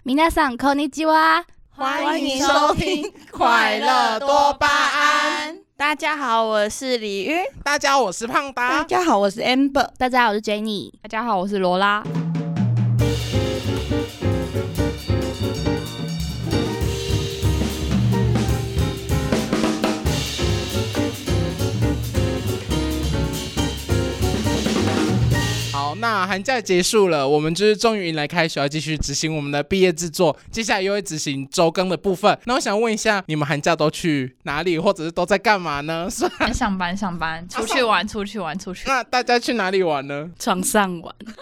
皆さんこんにちは， 欢迎收听快乐多巴胺。 大家好，我是李玉。 大家好，我是胖达。 大家好，我是 Amber。 大家好，我是 Jenny。 大家好，我是罗拉。 好，那寒假结束了，我们就是终于迎来开学，要继续执行我们的毕业制作，接下来又会执行周更的部分。那我想问一下，你们寒假都去哪里，或者是都在干嘛呢？ 上班，出去玩。 那大家去哪里玩呢？ 床上玩。 只有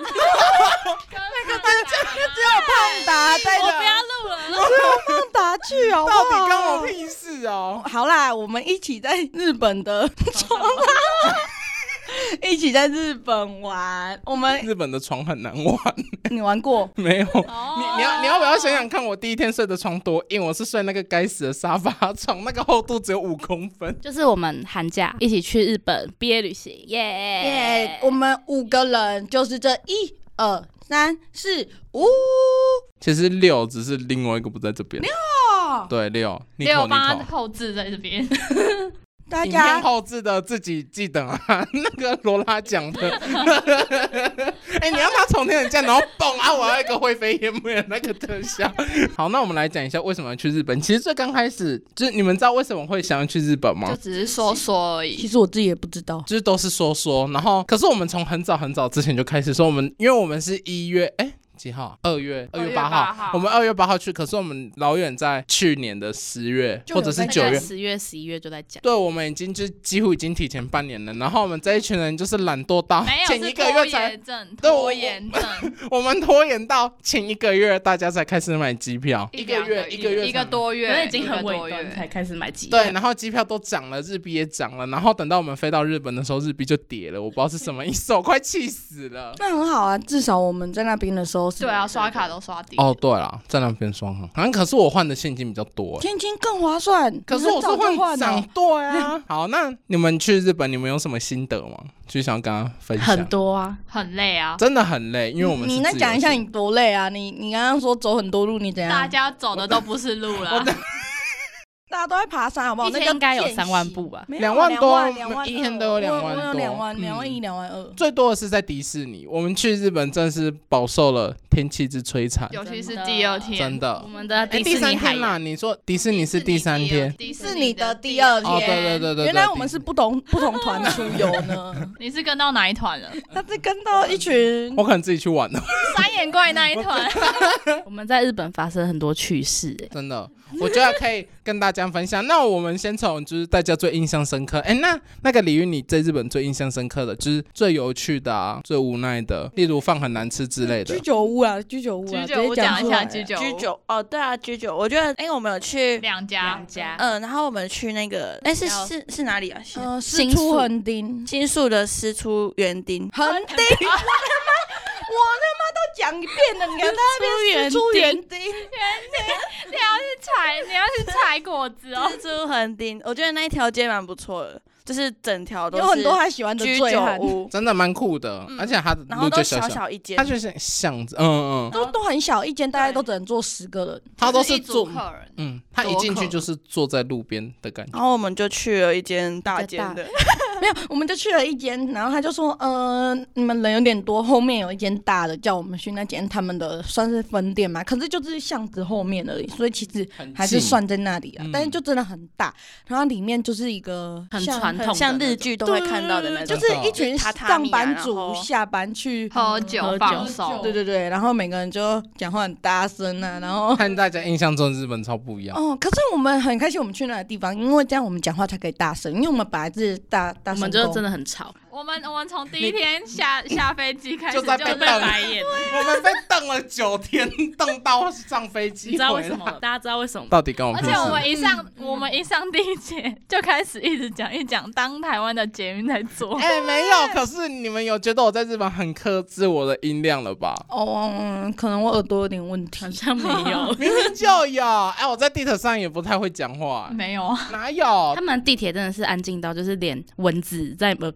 胖达在我不要录了， 只有胖达去好不好？ 到底关我屁事哦！ 好啦，我们一起在日本的床一起在日本玩。我们日本的床很难玩， 你玩过没有？你要不要想想看，我第一天睡的床多硬？我是睡那个该死的沙发床，那个厚度只有5公分。 就是我们寒假一起去日本毕业旅行，耶！ 我们5个人，就是这1、2、3、4、5。 其实6只是另外一个不在这边。对6，你帮他后置在这边。 影大家片后置的自己记得啊，那个罗拉讲的。你要拿冲天的剑，然后蹦啊，我要一个会飞烟幕的那个特效。好，那我们来讲一下为什么要去日本。其实最刚开始就是你们知道为什么会想要去日本吗？ 就只是说而已。 其实我自己也不知道， 就是都是说，然后可是我们从很早之前就开始说，因为我们是1月几号？2月8号，我们2月8号去，可是我们老远在去年的10月或者是9月、 10月、11月就在讲。 对，我们已经就几乎已经提前半年了。然后我们这一群人就是懒惰到前一个月才拖延症， 我们拖延到前1个月大家才开始买机票，一个多月， 已经很尾端才开始买机票。对，然后机票都涨了，日币也涨了，然后等到我们飞到日本的时候，日币就跌了，我不知道是什么意思，我快气死了。 那很好啊，至少我们在那边的时候是。 对啊，刷卡都刷低。 对啦，在那边刷好像可是我换的现金比较多， 现金更划算。 可是我是换涨，对啊。好，那你们去日本，你们有什么心得吗？就想要跟他分享。 很多啊， 很累啊， 真的很累，因为我们你那讲一下你多累啊？你刚刚说走很多路，你怎样？ 大家走的都不是路啦。 大家都在爬山，好不好？ 一天应该有3万步吧 ？2万多，一天都有2万多 ，2万1、2万2。 最多的是在迪士尼，我们去日本真的是饱受了天气之摧残， 尤其是第2天， 真的。 我们的第3天啦，你说迪士尼是第3天， 迪士尼的第2天。 对， 原来我们是不同团出游呢。 你是跟到哪一团了？ 他是跟到一群， 我可能自己去玩了。 三眼怪那一团。 我们在日本发生很多趣事， 真的。我觉得可以跟大家分享。那我们先从就是大家最印象深刻，那个李玉，你在日本最印象深刻的，就是最有趣的啊，最无奈的，例如饭很难吃之类的。 居酒屋直接讲一下居酒哦，对啊，居酒，我觉得我们有去两家， 然后我们去那个是哪里啊？ 新出横丁， 新宿的师出园丁， 横丁。我他妈都讲一遍了，你看那边出园丁， 你要去采果子哦。 师出横丁，我觉得那一条街蛮不错的，就是整条都是有很多他喜欢的居酒屋， 真的蛮酷的，而且它的然后都小一间， 它就是巷子， 都很小一间，大概都只能坐10个人， 它都是坐客人， 他一进去就是坐在路边的感觉。 然后我们就去了一间大间的， 没有，我们就去了一间，然后他就说，你们人有点多，后面有一间大的，叫我们去那间他们的算是分店嘛，可是就是巷子后面而已，所以其实还是算在那里啊，但是就真的很大，然后里面就是一个很传统的， 像日剧都会看到的那种， 就是一群上班族下班去喝酒放松， 对，然后每个人就讲话很大声啊，然后和大家印象中日本超不一样。 可是我们很开心，我们去那个地方，因为这样我们讲话才可以大声，因为我们本来是大声， 我们就真的很吵。 我们从第一天下飞机开始就在被白眼， 我们被瞪了9天，瞪到上飞机。 你知道为什么？大家知道为什么？ 到底跟我而且我们一上第一节就开始一直讲当台湾的捷运在做。 没有，可是你们有觉得我在日本很克制我的音量了吧？ 可能我耳朵有点问题， 好像没有， 明明就有。我在地铁上也不太会讲话。 没有啊？ 哪有？ 他们地铁真的是安静到，就是连蚊子在耳朵旁边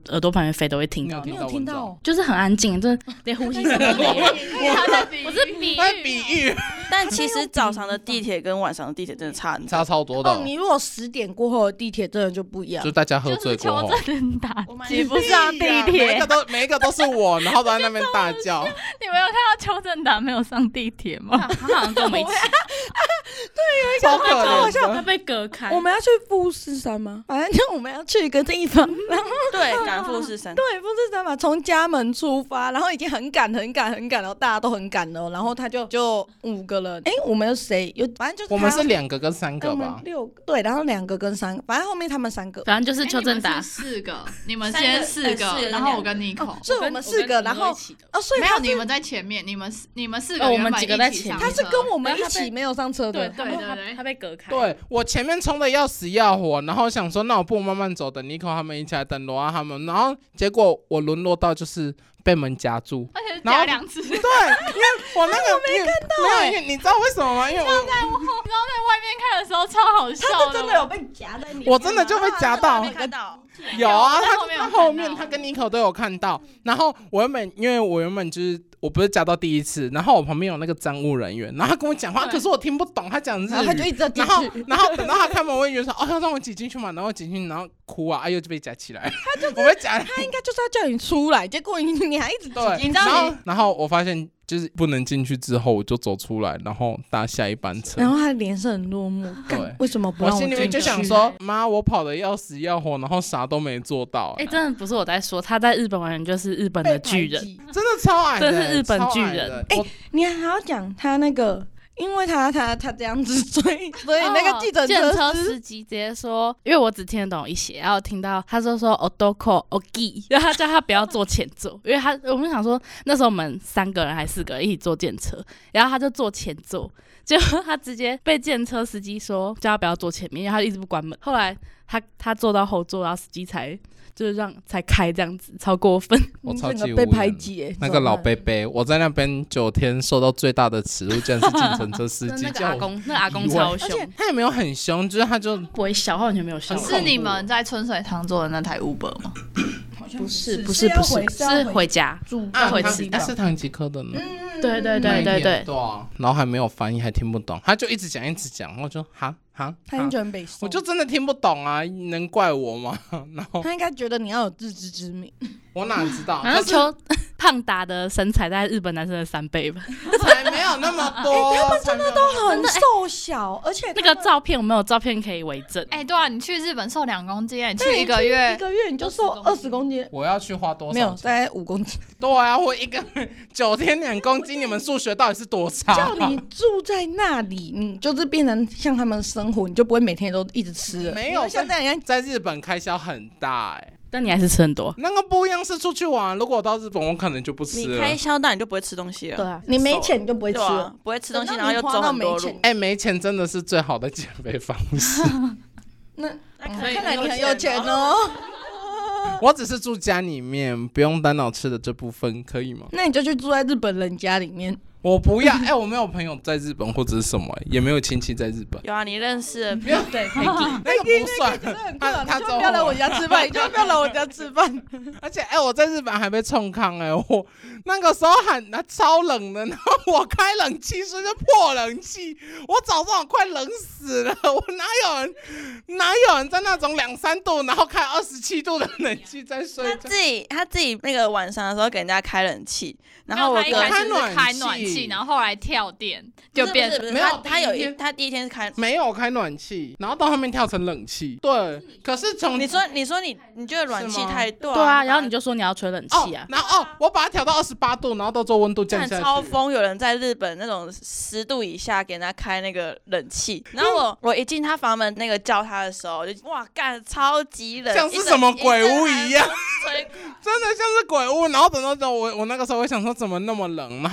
面飞都会听到你有。 你有听到？ 就是很安静，就是连呼吸声都没有。 他在比喻我是比在喻， 比喻但其实早上的地铁跟晚上的地铁真的差很多。 差超多的哦，你如果10点过后的地铁真的就不一样就。大家喝就是醉过后邱。正达我们挤不上地铁。 每一个都是我，然后都在那边大叫。 你没有看到邱正达没有上地铁吗？ 他好像跟我们一起， 超可怜他的。 被隔开。 我们要去富士山吗？反正就我们要去一个地方，然后对赶富士山， 对富士山嘛，从家门出发，然后已经很赶然后大家都很赶了，然后他就5个人，我们有谁有？反正就是我们是他 2个跟3 我们个吧。 6个，对，然后2个跟3个，反正后面他们3个。 反正就是邱正达， 4个，你们先4个，然后我跟 Nico。 所以我们4个，然后所以没有，你们在前面，你们4个我原本们几个在一起上前面他是跟我们一然后他被起没有上车的。 对对对他被隔开。 对我前面冲的要死要活，然后想说那我不如慢慢走，等Nico他们一起来，等罗啊他们，然后结果我沦落到就是被门夹住。 而且然后夹2次。 对，因为我那个没看到，没有，因为你知道为什么吗？因为我在外面看的时候超好笑他的， 是真的有被夹在里面， 我真的就被夹到没。看到。 有啊， 在后面有看到他后面他跟Nico都有看到，然后因为我原本就是我不是夹到第一次，然后我旁边有那个站务人员，然后他跟我讲话， 对可是我听不懂他讲日然后他就语， 一直在进然后去。 等到他开门，我以为说要让我挤进去嘛，然后我挤进去，然后哭啊，哎呦就被夹起来，我被夹， 他应该就是要叫你出来，结果你还一直对， 你知道然后我发现就是不能进去之后，我就走出来，然后搭下一班车然。后他脸色很落寞， 对干为什么不我让进去？ 心里面就想说，妈，我跑得要死要活，然后啥都没做到、 哎，真的不是我在说，他在日本完全就是日本被的巨人。 排挤。 真的超矮的、 真的是日本巨人超矮的哎你还要讲他那个，因为他这样子，所以那个计程计程车司司机直接说，因为我只听得懂一些，然后听到他说 odoko ogi， 然后他叫他不要坐前座，因为我们想说那时候我们3个人还4个人一起坐电车，然后他就坐前座，结果他直接被电车司机说叫他不要坐前面，因为他一直不关门。后来他坐到后座，然后司机才开这样子，超过分。 我超级整个被无言排挤耶。 那个老贝贝，我在那边9天受到最大的耻辱，竟然是计程车司机那个叫我。 阿公，那个阿公超而凶， 且他也没有很凶，就是他就不会笑，他完全没有笑。 很恐怖是你们在春水堂坐的那台 Uber 吗？ 不是， 是要回是回家。 住啊， 回吃他是唐吉诃德呢。 对对那一天对对对， 对啊，然后还没有翻译，还听不懂，他就一直讲，我就哈， 他应该觉得很北宋我就真的听不懂啊，能怪我吗？然后他应该觉得你要有自知之明。 我哪知道， 好像可是邱胖达的身材在日本男生的3倍吧。 才没有那么多，他们真的都很瘦小，而且那个照片我们有照片可以为证。 哎，对啊，你去日本瘦2公斤，你对去一个月一个月你就瘦20公斤， 我要去花多少钱？ 没有，大概5公斤。 对啊，我一个9天2公斤，你们数学到底是多差？ 叫你住在那里，你就是变成像他们生活，你就不会每天都一直吃了。 没有你会像这样， 在日本开销很大但你还是吃很多。 那个不一样是出去玩，如果我到日本，我可能就不吃了。 你开销大你就不会吃东西了。 对啊， 你没钱你就不会吃对啊了。， 不会吃东西， 等到然后又走你花到很多路没钱。 哎、没钱真的是最好的减肥方式。 那所以看来你很有钱哦。 我只是住家里面，不用担恼吃的这部分，可以吗？ 那你就去住在日本人家里面。 我不要，我没有朋友在日本或者是什么、也没有亲戚在日本， 有啊，你认识的不要对，可以给。 那个不算。他你就不要来我家吃饭，你就不要来我家吃饭。 而且我在日本还被冲康我那个时候喊超冷的，然后我开冷气，所以就破冷气，我早上快冷死了，我哪有人在那种2、3度，然后开27度的冷气在睡觉？ 他自己那个晚上的时候给人家开冷气，然后我他一开始隔是开暖气，然后后来跳电就变成没有他第一天是开。 没有开暖气，然后到后面跳成冷气。对，可是从你说你觉得暖气太对对啊，然后你就说你要吹冷气啊。 然后我把它调到28度，然后到最后温度降下去。 超疯，有人在日本那种10度以下给人家开那个冷气，然后我一进他房门那个叫他的时候，就哇干超级冷， 像是什么鬼屋一样， 吹真的像是鬼屋。然后等到我那个时候我想说怎么那么冷，然后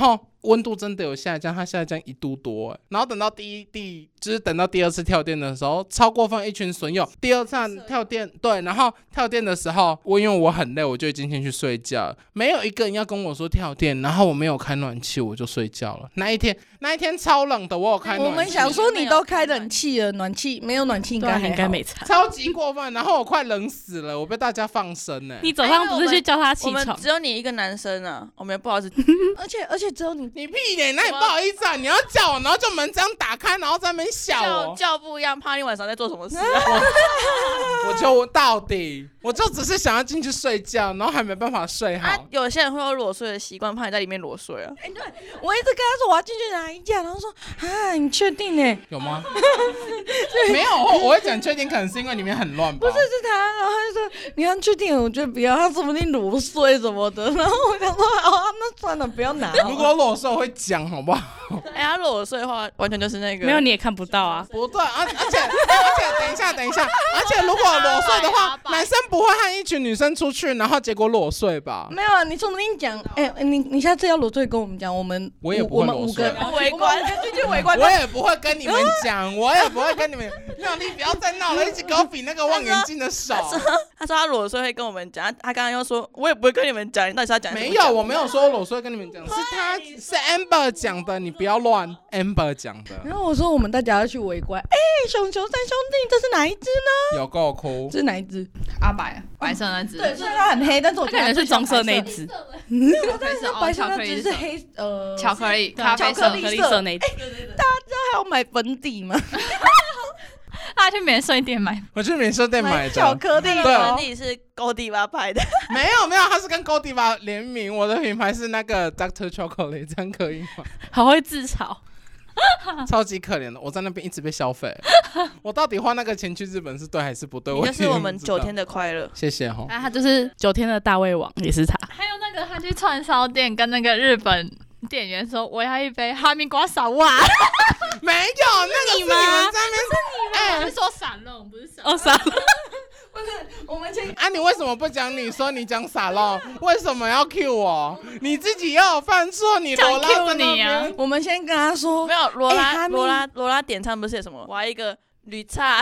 温度真的有下降，它下降1度多，然后等到就是等到第二次跳电的时候，超过分一群损友。第二次跳电，对，然后跳电的时候，因为我很累，我就已经先去睡觉了，没有一个人要跟我说跳电，然后我没有开暖气，我就睡觉了。那一天超冷的，我有开暖气。 我们想说你都开冷气了，暖气没有暖气应该没差， 超级过分，然后我快冷死了，我被大家放生呢。 你早上不是去叫他起我们床？ 只有你一个男生啊，我们也不好意思。 而且只有你你屁咧，那也不好意思啊！你要叫我，然后就门这样打开，然后在那边笑我。 叫不一样，怕你晚上在做什么事。 我就到底，我就只是想要进去睡觉，然后还没办法睡好。 有些人会有裸睡的习惯，怕你在里面裸睡啊。 对，我一直跟他说我要进去拿衣架，然后说啊，你确定呢？ 有吗？没有，我会讲确定，可能是因为里面很乱吧。 不是他，然后他就说你要确定，我觉得不要，他说不定裸睡什么的。然后我想说好啊，那算了，不要拿。 如果裸睡我会讲好不好？ 他裸睡的话，完全就是那个没有你也看不到啊。 不对，而且等一下，而且如果裸睡的话，男生不会和一群女生出去，然后结果裸睡吧？ 没有啊，你说不定讲，你下次要裸睡跟我们讲， 我也不会裸睡， 围观， 就去围观。 我也不会跟你们讲，我也不会跟你们。妙丽不要再闹了，一起给我比那个望远镜的手。 他说他裸睡会跟我们讲，他刚刚又说我也不会跟你们讲，你到底是要讲什么？ 没有，我没有说裸睡跟你们讲，是 Amber 讲的，你不要乱 Amber 讲的。 然后我说我们大家要去围观，熊球三兄弟，这是哪一只呢？ 有够哭， 这是哪一只？ 阿白色那只， 对，虽然它很黑，但是我觉得可能是棕色那一只， 但是白色那只是黑， 巧克力咖啡巧克力色那一只。 大家知道还要买粉底吗？ 他去免税店买， 我去免税店买的巧克力， 粉底是Godiva拍的， 没有，他是跟 Godiva 联名，我的品牌是那个 Dr. Chocolate， 这样可以吗？ 好会自嘲， 超级可怜的，我在那边一直被消费。我到底花那个钱去日本是对还是不对？ 这是我们9天的快乐。 谢谢哈。 他就是9天的大胃王，也是他。 还有那个他去串烧店跟那个日本店员说我要一杯哈密瓜沙瓦。 没有，那个是你们在那边，是说散肉不是哦散肉。 不是，我们先你为什么不讲你说你讲傻肉？为什么要 cue 我？你自己要有犯错，你罗拉在那边。 我们先跟他说， 没有罗拉点唱不是什么？我要一个绿茶。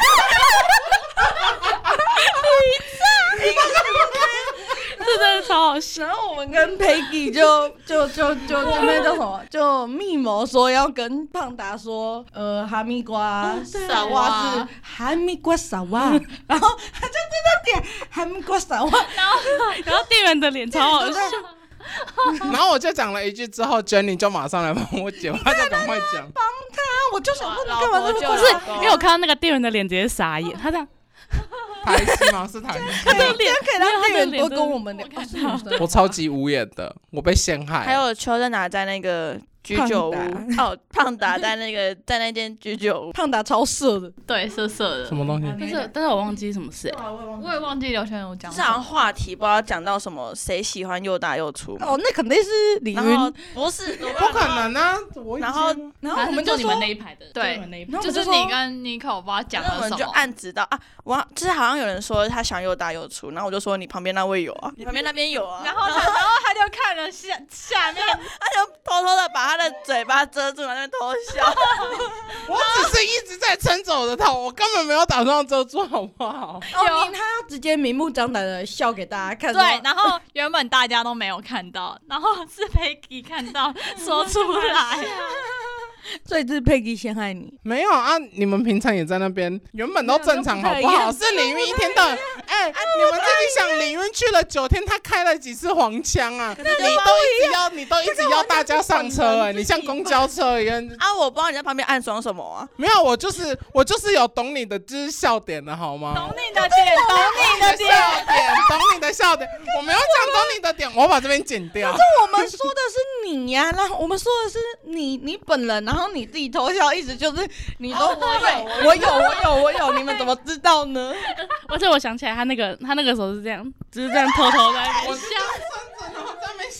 这真的超好笑。 然后我们跟 Peggy 就那叫什么？就密谋说要跟胖达说，哈密瓜沙瓦是哈密瓜沙瓦，然后他就真的点哈密瓜沙瓦， 然后店员的脸超好笑。 然后我就讲了一句之后 ，Jenny 就马上来帮我解，他就赶快讲。 帮他，我就想说你干嘛这么不是，因为我看到那个店员的脸直接傻眼，他这样。 台戏吗？是台戏。 他的脸可以让店员多跟我们聊。 我超级无言的，我被陷害。 还有邱正达在那个居酒屋，胖达在那间居酒屋， 胖达超色的， 对，色色的。 什么东西？ 但是我忘记什么事。 我也忘记刘轩如讲。 是好像话题不知道讲到什么，谁喜欢又大又粗？ 哦，那肯定是李云， 不是， 不可能啊！ 然后我们就你们那一排的， 对，就是你跟Nico 不知道讲了什么， 我们就暗指到就是好像有人说他想又大又粗，然后我就说你旁边那位有啊，你旁边那边有啊， 然后他就看了下面， 他就偷偷的把他的嘴巴遮住，然后在那边偷笑。 我只是一直在撑着我的头，我根本没有打算要遮住，好不好？ 他要直接明目张胆的笑给大家看。 对，然后原本大家都没有看到，然后是 Peggy 看到说出来。 所以是 Peggy 陷害你？ 没有啊，你们平常也在那边，原本都正常，好不好？是李云一天到晚，你们自己想，李云去了9天，他开了几次黄腔啊？你都一直要大家上车，你像公交车一样啊！我不知道你在旁边暗爽什么啊？ 没有，我就是有懂你的就是笑点的好吗？ 懂你的点， 懂你的笑点，我没有讲懂你的点，我把这边剪掉。 可是我们说的是你呀，然后我们说的是你本人，然后你自己偷笑，意思就是你说我有，你们怎么知道呢？ 而且我想起来，他那个时候是这样，就是这样偷偷在那边笑。 然后在那边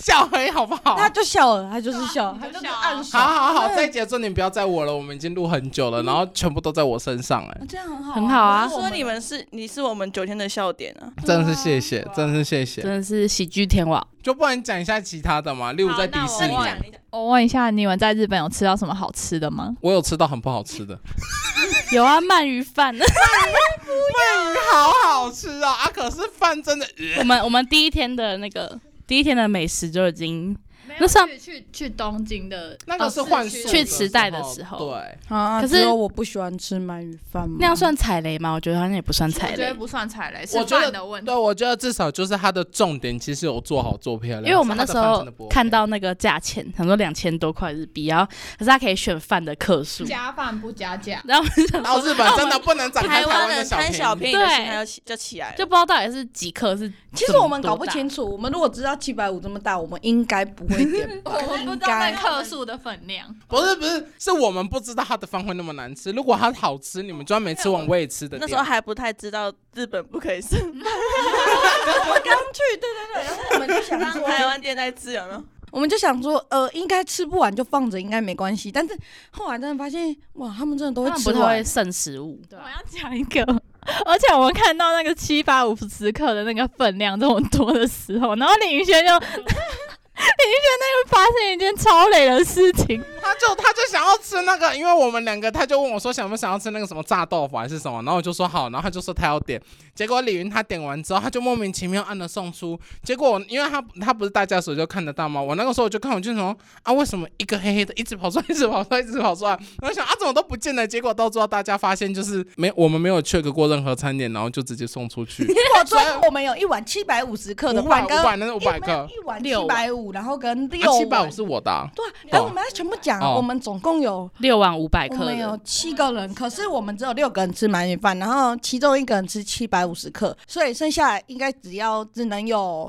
笑而已，好不好？ 他就笑了，他就是笑，他就是暗爽。 好，这一节重点不要在我了，我们已经录很久了，然后全部都在我身上， 这样很好， 很好啊。 说你是我们9天的笑点啊， 真的是谢谢，真的是谢谢， 真的是喜剧天王。 就不然讲一下其他的嘛，例如在迪士尼， 我问一下，你们在日本有吃到什么好吃的吗？ 我有吃到很不好吃的， 有啊，鳗鱼饭，鳗鱼好好吃哦啊！可是饭真的， 我们第一天的美食就已经。 那算去东京的， 那个是换宿去池袋的时候， 对啊。可是我不喜欢吃鳗鱼饭吗？ 那样算踩雷吗？我觉得好像也不算踩雷， 我觉得不算踩雷，是饭的问题。 对，我觉得至少就是它的重点其实有做好做漂亮。 因为我们那时候看到那个价钱，很多2000多块日币，然后可是它可以选饭的克数， 加饭不加价。 然后日本真的不能展开台湾的贪小便宜的心态就起来了， 就不知道到底是几克是。 其实我们搞不清楚，我们如果知道750这么大，我们应该不会点。 我们不知道那克数的分量。 不是，是我们不知道它的饭会那么难吃。如果它好吃，你们就算没吃完我也吃的。 那时候还不太知道日本不可以吃。 我刚去，对，然后我们就想说台湾店在吃有没有？ 我们就想说，应该吃不完就放着，应该没关系。但是后来真的发现，哇，他们真的都会吃完， 不太会剩食物。 我要讲一个，而且我们看到那个750克的那个分量这么多的时候，然后李云轩就。李云轩那个发现一件超雷的事情， 他就想要吃那个，因为我们2个，他就问我说想不想要吃那个什么炸豆腐还是什么，然后我就说好，然后他就说他要点，结果李云他点完之后，他就莫名其妙按了送出，结果因为他不是大家手就看得到吗？我那个时候我就看，我就说啊，为什么一个黑黑的一直跑出来，一直跑出来，我想啊怎么都不见了，结果到最后大家发现就是我们没有 check 过任何餐点，然后就直接送出去。 所以我们有一碗750克的饭，跟 500那是500克， 一碗750，然后跟6碗 750是我的啊。 对，然后我们要全部讲，我们总共有 6碗500克， 我们有7个人，可是我们只有6个人吃鳗鱼饭，然后其中1个人吃750克，所以剩下应该只能有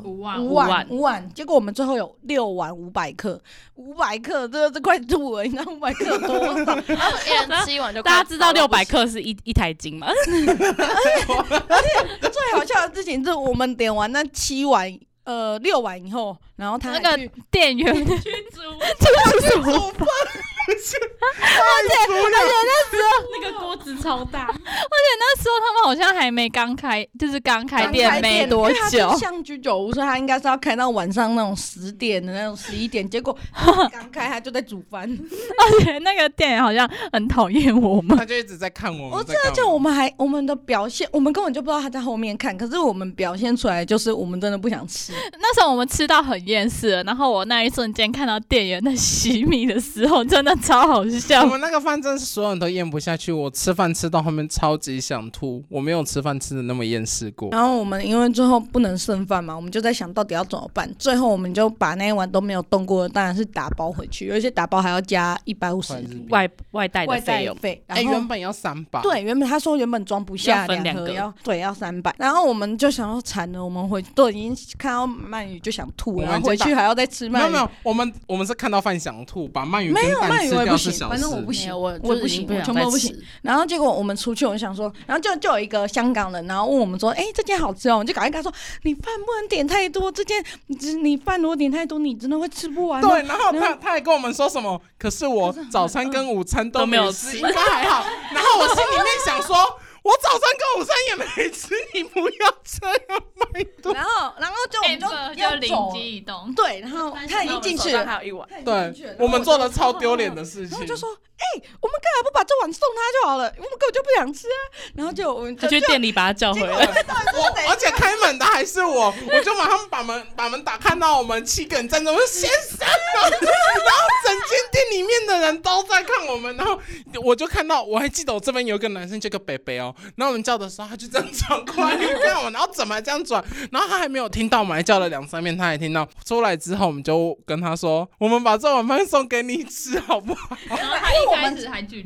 5碗，结果我们最后有6碗500克，500克这快吐了，你知道500克有多少？ 然后一人7碗就大家知道600克是一台斤吗？ 而且最好笑的事情是我们点完那6碗以后，然后他那个店员去煮饭，而且那时候那个锅子超大，而且那时候他们好像还没刚开店没多久， 像居酒屋，所以他应该是要开到晚上那种10点的那种11点，结果刚开他就在煮饭， 而且那个店员好像很讨厌我们， 他就一直在看我们。 我真的就我们的表现，我们根本就不知道他在后面看，可是我们表现出来就是我们真的不想吃。 那时候我们吃到很厌世了，然后我那一瞬间看到店员在洗米的时候，真的超好笑。 我们那个饭真的是所有人都咽不下去，我吃饭吃到后面超级想吐，我没有吃饭吃的那么厌世过。 然后我们因为最后不能剩饭嘛，我们就在想到底要怎么办。最后我们就把那一碗都没有动过的，当然是打包回去，而且打包还要加150 外带的费用。 原本要300， 对，原本他说原本装不下2盒，要300。然后我们就想要惨了，我们都已经看到鳗鱼就想吐，然后回去还要再吃鳗鱼。 没有，我们是看到饭想吐，把鳗鱼没有鳗鱼我也不行，反正我不行，我不行，我全部不行。然后结果我们出去，我就想说，然后就有一个香港人，然后问我们说，这件好吃哦，我就赶快跟他说，你饭不能点太多，你饭如果点太多，你真的会吃不完。 对，然后他还跟我们说什么，可是我早餐跟午餐都没有吃，应该还好。然后我心里面想说，我早餐跟午餐也没吃，你不要这样卖多。 然后就我们就要灵机一动， 对，然后他已经进去了， 还有1碗， 对，我们做了超丢脸的事情。 然后就说，我们干嘛不把这碗送他就好了？我们根本就不想吃啊。然后就我们他去店里把他叫回来， 而且开门的还是我就马上把门打开，看到我们7个人站着，我说先生，然后整间店里面的人都在看我们，然后我就看到，我还记得我这边有一个男生，这个北北哦，然后我们叫的时候，他就这样转过来看我，然后怎么这样转，然后他还没有听到，我们还叫了2-3遍，他还听到。出来之后，我们就跟他说，我们把这碗饭送给你吃，好不好？ 然后他一开始还拒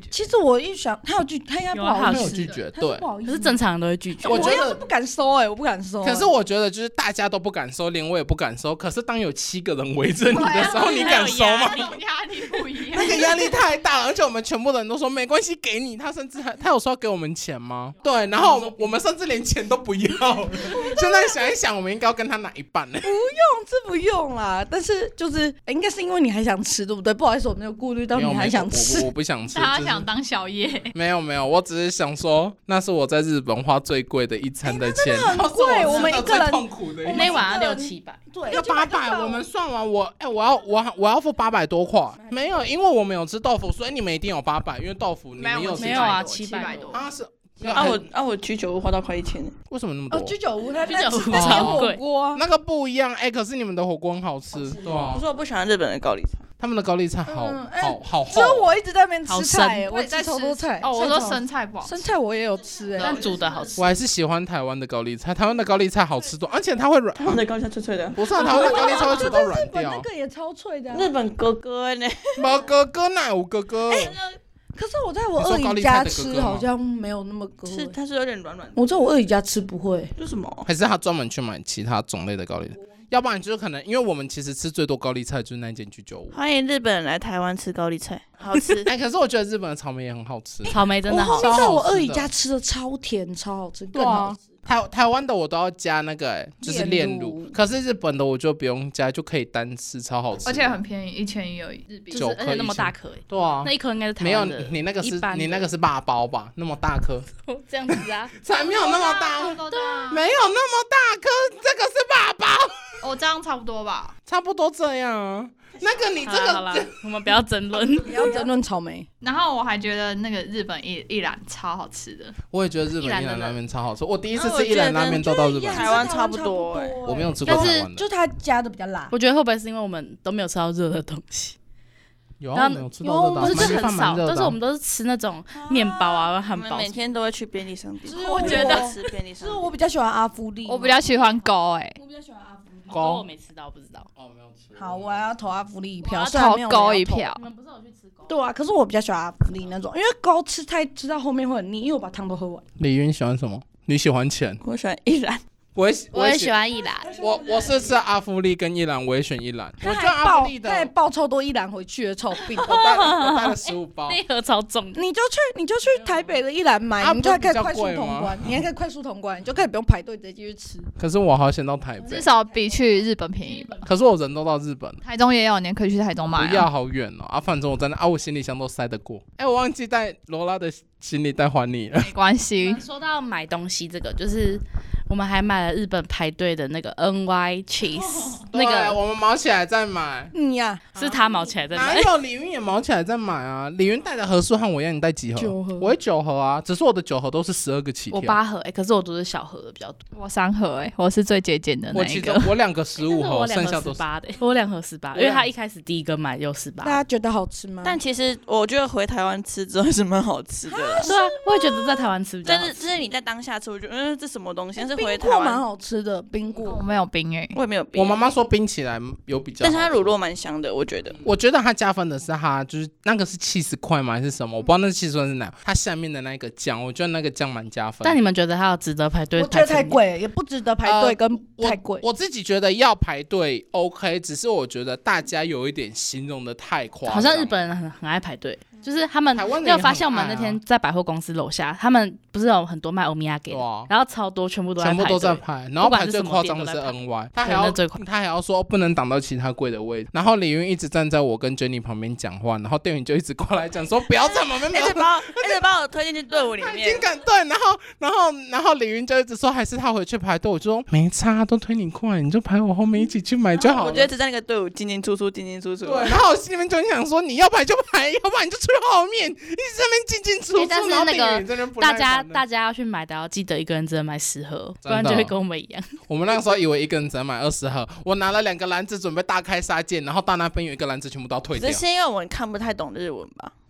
绝。 其实我一想，他应该不好有啊意思， 没有拒绝， 他是对不。好意思吗， 可是正常人都会拒绝。 我觉得要是不敢收我不敢收。 可是我觉得就是大家都不敢收，连我也不敢收。可是当有7个人围着你的时候，你敢收吗？ 压力不一样。 那个压力太大了，而且我们全部人都说没关系，给你。他甚至他有说要给我们钱吗？对，然后我们甚至连钱都不要。现在想一想，我们应该要跟他拿一半呢。 这不用啦，但是就是应该是因为你还想吃，对不对？不好意思，我没有顾虑到你还想吃。 我不想吃。 他想当小叶。 没有，我只是想说，那是我在日本花最贵的一餐的钱， 很贵，我们一个人痛苦的。 那晚要600-700， 对， 要800，我们算完我要付800多块，没有，因为我们有吃豆腐，所以你们一定有800，因为豆腐你们有吃没有啊 700多。 是。 我居酒屋花到快1000， 为什么那么多？ 居酒屋它居酒屋在吃超贵火锅， 那个不一样，可是你们的火锅很好吃，对啊我，说我不喜欢日本的高丽菜， 他们的高丽菜好厚。 只有我一直在那边吃好菜， 深我吃超多菜。 哦，我说生菜不好吃， 生菜我也有吃但煮的好吃我。还是喜欢台湾的高丽菜，台湾的高丽菜好吃多，而且它会软。 他们的高丽菜脆脆的。 不是台湾的高丽菜会煮到软掉日本那。个也超脆的。 日本哥哥呢？ 没哥哥哪有哥哥？ 可是我在我二姨家吃好像没有那么割， 它是有点软软的。 我在我二姨家吃不会， 这什么？ 还是他专门去买其他种类的高丽菜？要不然就是可能，因为我们其实吃最多高丽菜就是那间居酒屋。 欢迎日本人来台湾吃高丽菜，好吃。 可是我觉得日本的草莓也很好吃。 草莓真的好我后面在我二姨家吃的超甜超好吃，更好吃。 台湾的我都要加那个就是炼乳，可是日本的我就不用加，就可以单吃，超好吃， 而且很便宜，1100而已日币。 就是而且那么大颗， 对啊， 那一颗应该是台没有湾的。 你那个是一般的你那个是大包吧？那么大颗， 这样子啊？ 才没有那么大，没有那么大颗，这个是大包， 哦，这样差不多吧。 差不多这样啊。那个你这好了，我们不要争论， 不要争论草莓。 然后我还觉得那个日本一兰超好吃的。 我也觉得日本一兰拉面超好吃，我第一次吃一兰拉面都到日本。 台湾差不多我没有吃过台湾的， 就他加的比较辣。 我觉得会不会是因为我们都没有吃到热的东西？ 有啊，没有吃到热的， 不是就鳗鱼饭很少， 蛮热的啊但是我们都是吃那种面包啊、汉堡。 每天都会去便利商店。 我觉得吃便利商店。 是我比较喜欢阿芙丽， 我比较喜欢狗我比较喜欢阿芙丽。 狗我没吃到，不知道。 哦，没有吃。 好，我要投阿芙丽一票， 我要虽然没有投狗人要投。 一票你。们不是有去吃狗？ 对啊，可是我比较喜欢阿芙丽那种，因为狗吃到后面会很腻，因为我把汤都喝完。 李云喜欢什么？你喜欢钱？ 我喜欢一兰， 我也喜欢一兰。 我是吃阿芙丽跟一兰，我也选一兰。我他觉得阿芙丽的他还抱超多一兰回去的，超病。 我带了15包。 那盒超重， 你就去台北的一兰买， 啊你就还可以不是比较快速贵吗通关，你还可以快速通关，你就可以不用排队直接进去吃。 可是我好想到台北至，少比去日本便宜吧。 可是我人都到日本了。 台中也有，你也可以去台中买不要啊。 好远哦！反正我在那我行李箱都塞得过。我忘记带罗拉的行李袋还你了。 没关系， 说到买东西这个，就是我们还买了日本排队的那个 NY cheese，那对个我们毛起来再买。 你呀， 是他毛起来在哪买。 有李云也毛起来再买啊？李云带的盒数和我一样，你带几盒 9盒我会9盒啊，只是我的9盒都是12个起跳。 我8盒可是我都是小盒的比较多。 我3盒我是最节俭的那一个。 我2个15盒， 我2盒剩下都是。 18的，我2盒18，因为他一开始第一个买就大 18。 家觉得好吃吗？ 但其实我觉得回台湾吃之后还是蛮好吃的啦。 对啊，我也觉得在台湾吃比较好吃。 但是就是你在当下吃，我觉得这什么东西？但是回台冰过蛮湾好吃的，冰我过。 没有冰我也没有冰。 我妈妈说冰起来有比较好， 但是它乳酪蛮香的，我觉得。 我觉得它加分的是它就是那个是70块吗还是什么？我不知道那是70块是哪，它下面的那个酱，我觉得那个酱蛮加分。 但你们觉得它有值得排队？ 我觉得太。贵了，也不值得排队，跟太贵。 我自己觉得要排队 OK， 只是我觉得大家有一点形容的太夸张。 好像日本人很爱排队，就是他们台湾人你有发现我们也很爱啊那天在百货公司楼下，他们不是有很多卖欧米亚给对啊， 然后超多全部都全部都在排队。 排，然后排最夸张的是不管是什么 NY，他还对要那最夸他还要说不能挡到其他柜的位置，然后李云一直站在我跟 Jenny 旁边讲话，然后店员就一直过来讲说不要在旁边，不要一直把我推进去队伍里他已经面。 敢对，然后李云就一直说还是他回去排队，我就说没差，都推你过来，你就排我后面一起去买就好了。 我觉得只在那个队伍进进出出，进进出出。 对，然后我心里面就想说你要排就排，要不然你就去后面，一直在那边进进出出， 但是然后那个店员在那边不耐烦的大家要去买的要记得一个人只能买10盒，不真的然就会跟我们一样。 我们那个时候以为一个人只能买20盒，我拿了2个篮子准备大开杀戒，然后到那边有一个篮子全部都要退掉只。是因为我们看不太懂日文吧？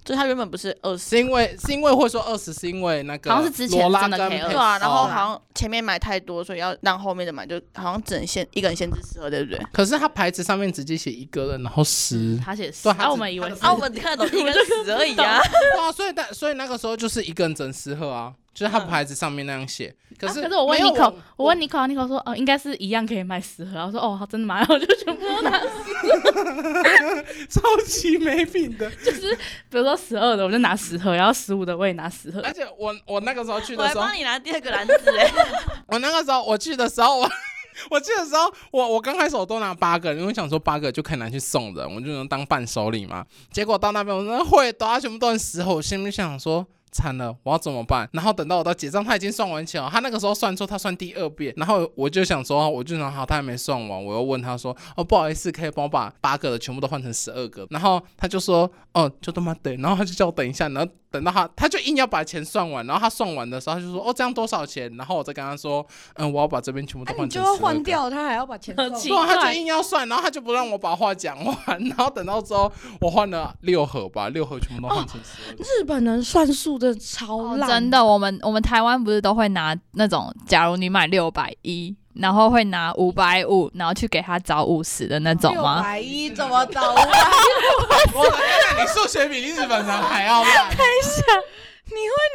就是他原本不是20， 是因为会说20，是因为那个好像是之前真的可以20 罗拉跟佩对啊，然后哦好像前面买太多，所以要让后面的买，就好像只能一个人限制10盒，对不对？ 可是他牌子上面直接写一个人，然后10， 他写10， 对他啊，我们以为是啊，我们看得懂1跟10而已啊。 对啊，所以那个时候就是一个人整10盒啊，就是他牌子上面那样写。可是我问没有 Nico，我问 Nico 说，应该是一样可以卖10盒。然后说，哦，真的吗？然后我就全部都拿， 超级没品的。 比如说12的，我就拿10盒，然后15的我也拿10盒。 而且我那个时候去的时候我还帮，你拿第2个篮子我那个时候我去的时候，我去的时候，我刚开始我都拿8个，因为想说8个就可以拿去送人，我就能当伴手礼嘛。结果到那边，我说会，大家全部都很10盒，我心里想说。惨了，我要怎么办？然后等到我到结账，他已经算完钱了。他那个时候算错，他算第2遍。然后我就想说，好，他还没算完，我又问他说，不好意思，可以帮我把8个的全部都换成12个？然后他就说，就他妈等。然后他就叫我等一下，然后等到他就硬要把钱算完。然后他算完的时候，他就说，这样多少钱？然后我再跟他说，我要把这边全部都换成12个。 你就要换掉，他还要把钱算完。 对啊，他就硬要算，然后他就不让我把话讲完。然后等到之后，我换了6盒吧，6盒全部都换成12个。 日本人算数真的超烂， 真的，我们台湾不是都会拿那种，假如你买610，然后会拿550，然后去给他找50的那种吗 ？610怎么找？ 我的天哪，你数学比日本人还要烂。 你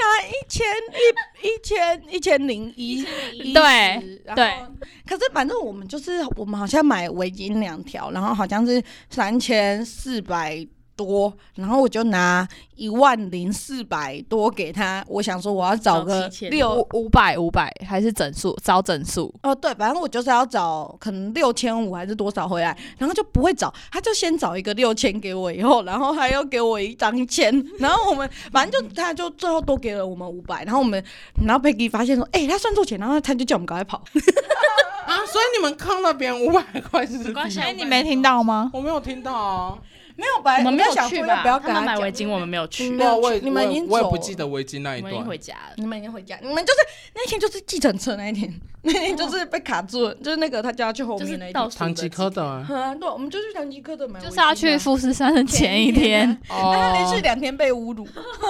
会拿1001， 对对。 可是反正我们好像买围巾2条，然后好像是3400多，然后我就拿10400多给他。我想说我要找个 500还是整数，找整数。 对，反正我就是要找可能6500还是多少回来，然后就不会找，他就先找一个6000给我以后，然后还要给我一张1000，然后我们反正他就最后多给了我们500，然后Peggy 发现说，他算错钱，然后他就叫我们赶快跑。 所以你们坑了别人500块是？ 没关系， 你没听到吗？ 我没有听到啊。 没有吧？ 我们没有去吧？ 不要他们买围巾，我们没有去。 你们已经走了， 我也不记得围巾那一段。 我们已经回家了。 你们已经回家，你们就是那天就是计程车那一天，那天就是被卡住了，就是那个他叫他去后面那一天。 唐吉诃德啊。 对，我们就去唐吉诃德买围巾， 就是要去富士山的前一天。 他连续2天被侮辱。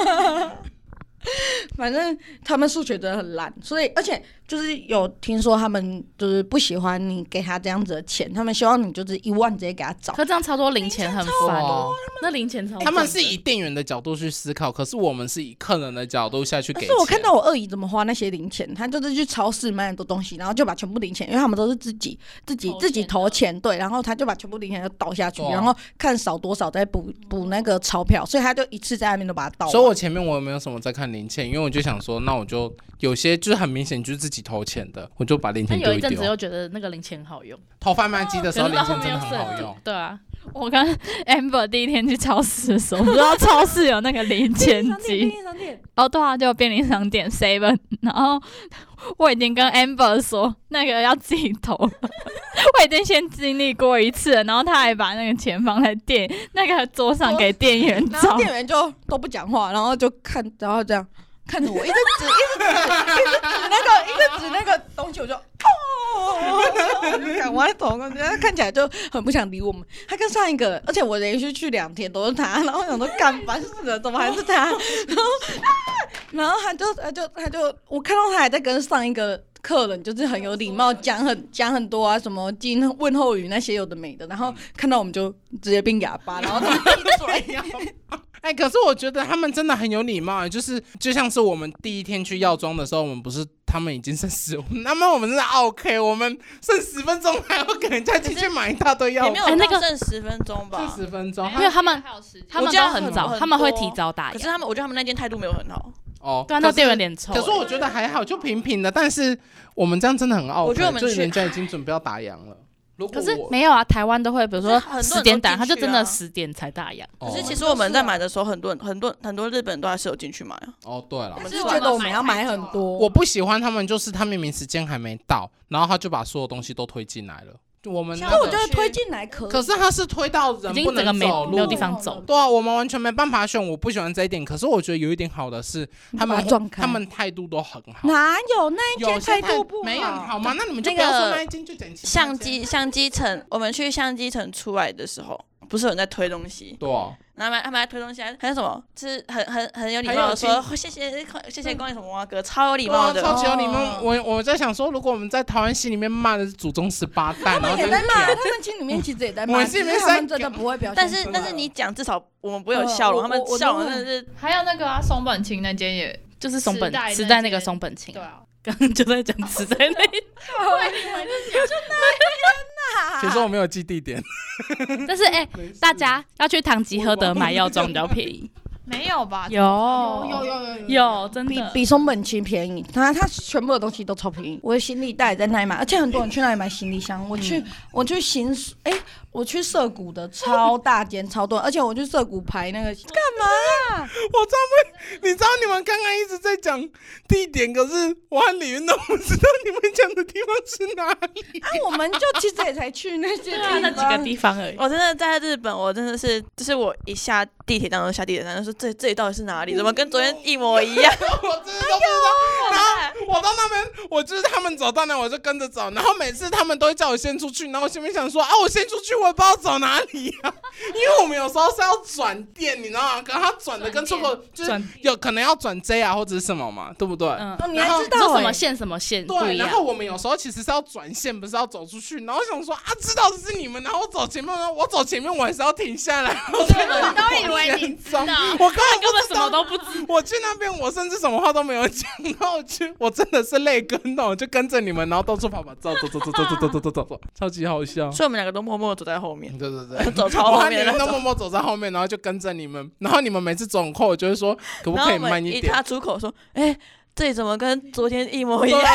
反正他们数学真的很烂，所以而且就是有听说他们就是不喜欢你给他这样子的钱，他们希望你就是1万直接给他找。 可这样超多零钱很烦，那零钱超。 他们是以店员的角度去思考，可是我们是以客人的角度下去给钱。 可是我看到我二姨怎么花那些零钱，她就是去超市买很多东西，然后就把全部零钱，因为他们都是自己投钱，对，然后他就把全部零钱都倒下去，然后看少多少再补那个钞票，所以他就一次在那边都把它倒完。 所以我前面我也没有什么在看零钱，因为我就想说，那我就有些就是很明显就是自己投钱的，我就把零钱丢一丢。 有一阵子又觉得那个零钱好用， 投贩卖机的时候零钱真的很好用。 对啊， 我跟 Amber 第一天去超市的时候，不知道超市有那个零钱机。 便利商店。 对啊，就便利商店 7， 然后我已经跟 Amber 说那个要自己投了，我已经先经历过一次了，然后他还把那个钱放在那个桌上给店员找， 然后店员就都不讲话，然后就看，然后这样看着我，一直指那个东西，我就我就赶快投过去，他看起来就很不想理我们。他跟上一个，而且我连续去2天都是他，然后我想说干烦死了，怎么还是他？然后他就，我看到他还在跟上一个客人就是很有礼貌，讲很多啊，什么问候语那些有的没的，然后看到我们就直接变哑巴，然后他们闭嘴。 可是我觉得他们真的很有礼貌，就像是我们第一天去药妆的时候，我们不是他们已经剩15，那么我们真的 OK， 我们剩10分钟还要给人家进去买一大堆药， 没有那个剩10分钟吧， 剩10分钟， 因为他们都很早，他们会提早打烊。 可是我觉得他们那间态度没有很好。 对啊，那店员脸臭。 可是我觉得还好，就平平的，但是我们这样真的很 OK， 我觉得我们就人家已经准备要打烊了。 可是没有啊，台湾都会，比如说10点打，他就真的10点才打烊。 可是其实我们在买的时候，很多日本人都还是有进去买啊。 对了， 我是觉得我们要买很多。 我不喜欢他们，就是他明明时间还没到，然后他就把所有东西都推进来了。我们那我觉得推进来可是他是推到人不能走路， 没有地方走。 对啊，我们完全没办法选，我不喜欢这一点。可是我觉得有一点好的是，他们态度都很好。 哪有那一间态度不好？ 没有好吗？那你们就不要说那一间就整齐。 相机城，我们去相机城出来的时候， 不是有人在推东西， 对啊， 然后他们在推东西，还是什么，是很有礼貌的说谢谢光临什么蛙哥，超有礼貌的， 超级有礼貌。我在想说，如果我们在台湾心里面骂的是祖宗18代， 他们也在骂，他们心里面其实也在骂，只是他们真的不会表现出来。 但是你讲，至少我们不会有笑容，他们笑容真的是。 还有那个松本清那间也就是池袋那个松本清， 对啊， 刚刚就在讲池袋那， 其实我没有记地点， 但是大家要去唐吉诃德买药妆比较便宜。 没有吧？ 有，真的比松本清便宜，它全部的东西都超便宜。我的行李袋也在那里买，而且很多人去那里买行李箱。我去涩谷的超大间超多，而且我去涩谷排那个干嘛啊？ 你知道你们刚刚一直在讲地点，可是我和李云都不知道你们讲的地方是哪里啊？我们就其实也才去那些地方那几个地方而已。 我真的在日本，我真的是，就是我一下地铁站就下地铁站，就说这里到底是哪里？怎么跟昨天一模一样？ 我真的都不知道。然后我到那边，我就是他们走到哪我就跟着走，然后每次他们都会叫我先出去，然后我心里想说我先出去，我也不知道走哪里啊，因为我们有时候是要转店，你知道吗？可能他转的跟出口就是有可能要转 JR 或者是什么嘛，对不对？ 你还知道什么线什么线？ 对，然后我们有时候其实是要转线，不是要走出去。然后想说知道的是你们，然后我走前面，我还是要停下来。 我都以为你知道， 我根本什么都不知。 我去那边，我甚至什么话都没有讲，然后我真的是累跟的，我就跟着你们，然后到处跑，走，超级好笑。 所以我们两个都默默走在后面。 对， 走超后面， 你们都默默走在后面，然后就跟着你们，然后你们每次走很快，我就会说可不可以慢一点。 一踏出口说，这里怎么跟昨天一模一样？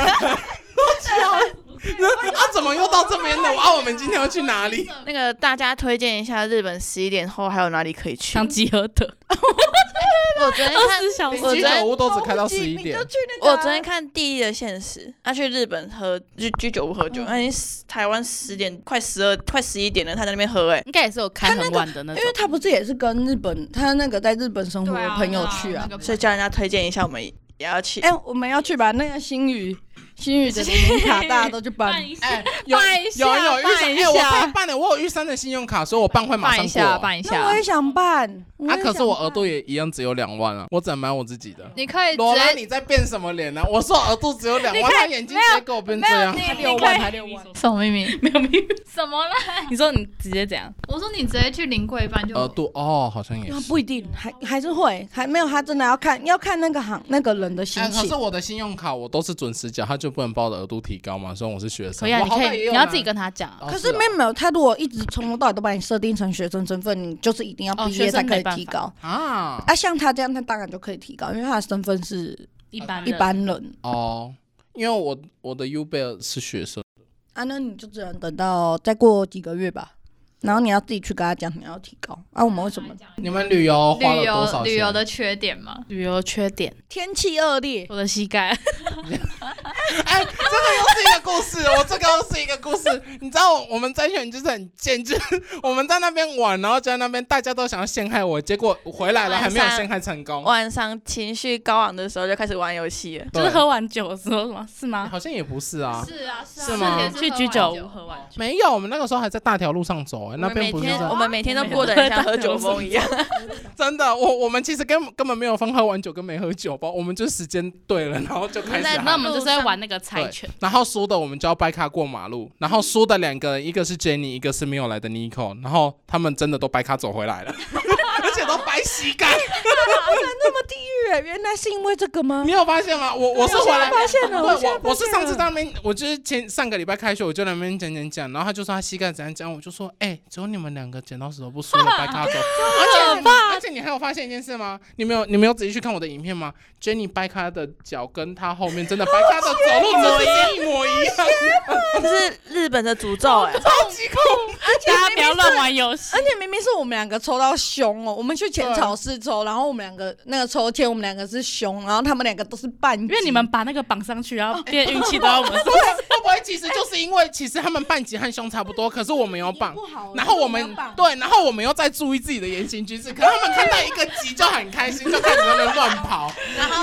怎么又到这边了？我们今天要去哪里？ 那个大家推荐一下日本11点后还有哪里可以去？ 唐吉诃德。 我昨天看 24小时， 居酒屋都只开到11点。 我昨天看弟弟的现实，他去日本居酒屋喝酒，他已经台湾10点快12快11点了，他在那边喝应该也是有开很晚的那种。 因为他不是也是跟日本他那个在日本生活的朋友去啊， 所以叫人家推荐一下，我们也要去。 我们要去把那个新宇的联名卡大家都去办一下， 有预算，我可以办的，我有玉山的信用卡，所以我办会马上过。 办一下。 那我也想办， 可是我额度也一样只有2万啊，我只能买我自己的。 你可以罗拉，你在变什么脸呢？我说额度只有2万，他眼睛直接给我变这样。 才6万， 什么秘密？ 没有秘密。 什么啦？ 你说你直接怎样？ 我说你直接去临柜办就额度好像也是不一定，还是会，还没有他真的要看那个人的心情。 可是我的信用卡我都是准时缴，他就不能把我的额度提高嘛？虽然我是学生， 可以啊，你要自己跟他讲。 可是没有，他如果一直从头到尾都把你设定成学生身份，你就是一定要毕业才可以提高啊。像他这样，他当然就可以提高，因为他的身份是一般人哦。因为我的 Uber 是学生那你就只能等到再过几个月吧。然后你要自己去跟他讲你要提高我们为什么？ 你们旅游花了多少钱？ 旅游的缺点吗？ 旅游缺点， 天气恶劣， 我的膝盖。 这个又是一个故事，这个又是一个故事。你知道我们在选就是很贱，就是我们在那边玩，然后在那边大家都想要陷害我，结果回来了还没有陷害成功。 晚上情绪高昂的时候就开始玩游戏了， 就是喝完酒的时候吗？是吗？ 好像也不是啊。 是吗？ 去居酒屋喝完酒。 没有，我们那个时候还在大条路上走，那边不是。 我们每天都过得很像喝酒疯一样。 真的，我们其实根本没有分喝完酒跟没喝酒吧，我们就时间对了，然后就开始。 那我们就是在玩那个猜拳， 然后输的我们就要掰卡过马路，然后输的2个人，一个是 Jenny， 一个是没有来的 Nico， 然后他们真的都掰卡走回来了，而且都掰膝盖。 那么地狱，原来是因为这个吗？ 你有发现吗？我是回来发现了， 我是上次在那边，我就是上个礼拜开学，我就在那边讲，然后他就说他膝盖怎样讲，我就说只有你们2个剪刀石头布输了掰卡走。而且你还有发现一件事吗？你没有仔细去看我的影片吗 ？Jenny 掰卡的脚跟他后面真的掰卡的走路姿势一模一样， 这是日本的诅咒超级恐怖！ 大家不要乱玩游戏。 而且明明是我们2个抽到凶我们去浅草寺抽，然后我们2个那个抽签，我们2个是凶，然后他们2个都是半级， 因为你们把那个绑上去，然后变运气都要我们送。 会不会其实就是因为其实他们半级和凶差不多，可是我们有绑，然后我们然后我们又在注意自己的言行举止，可是他们看到一个级就很开心，就开始在那乱跑。 然后后来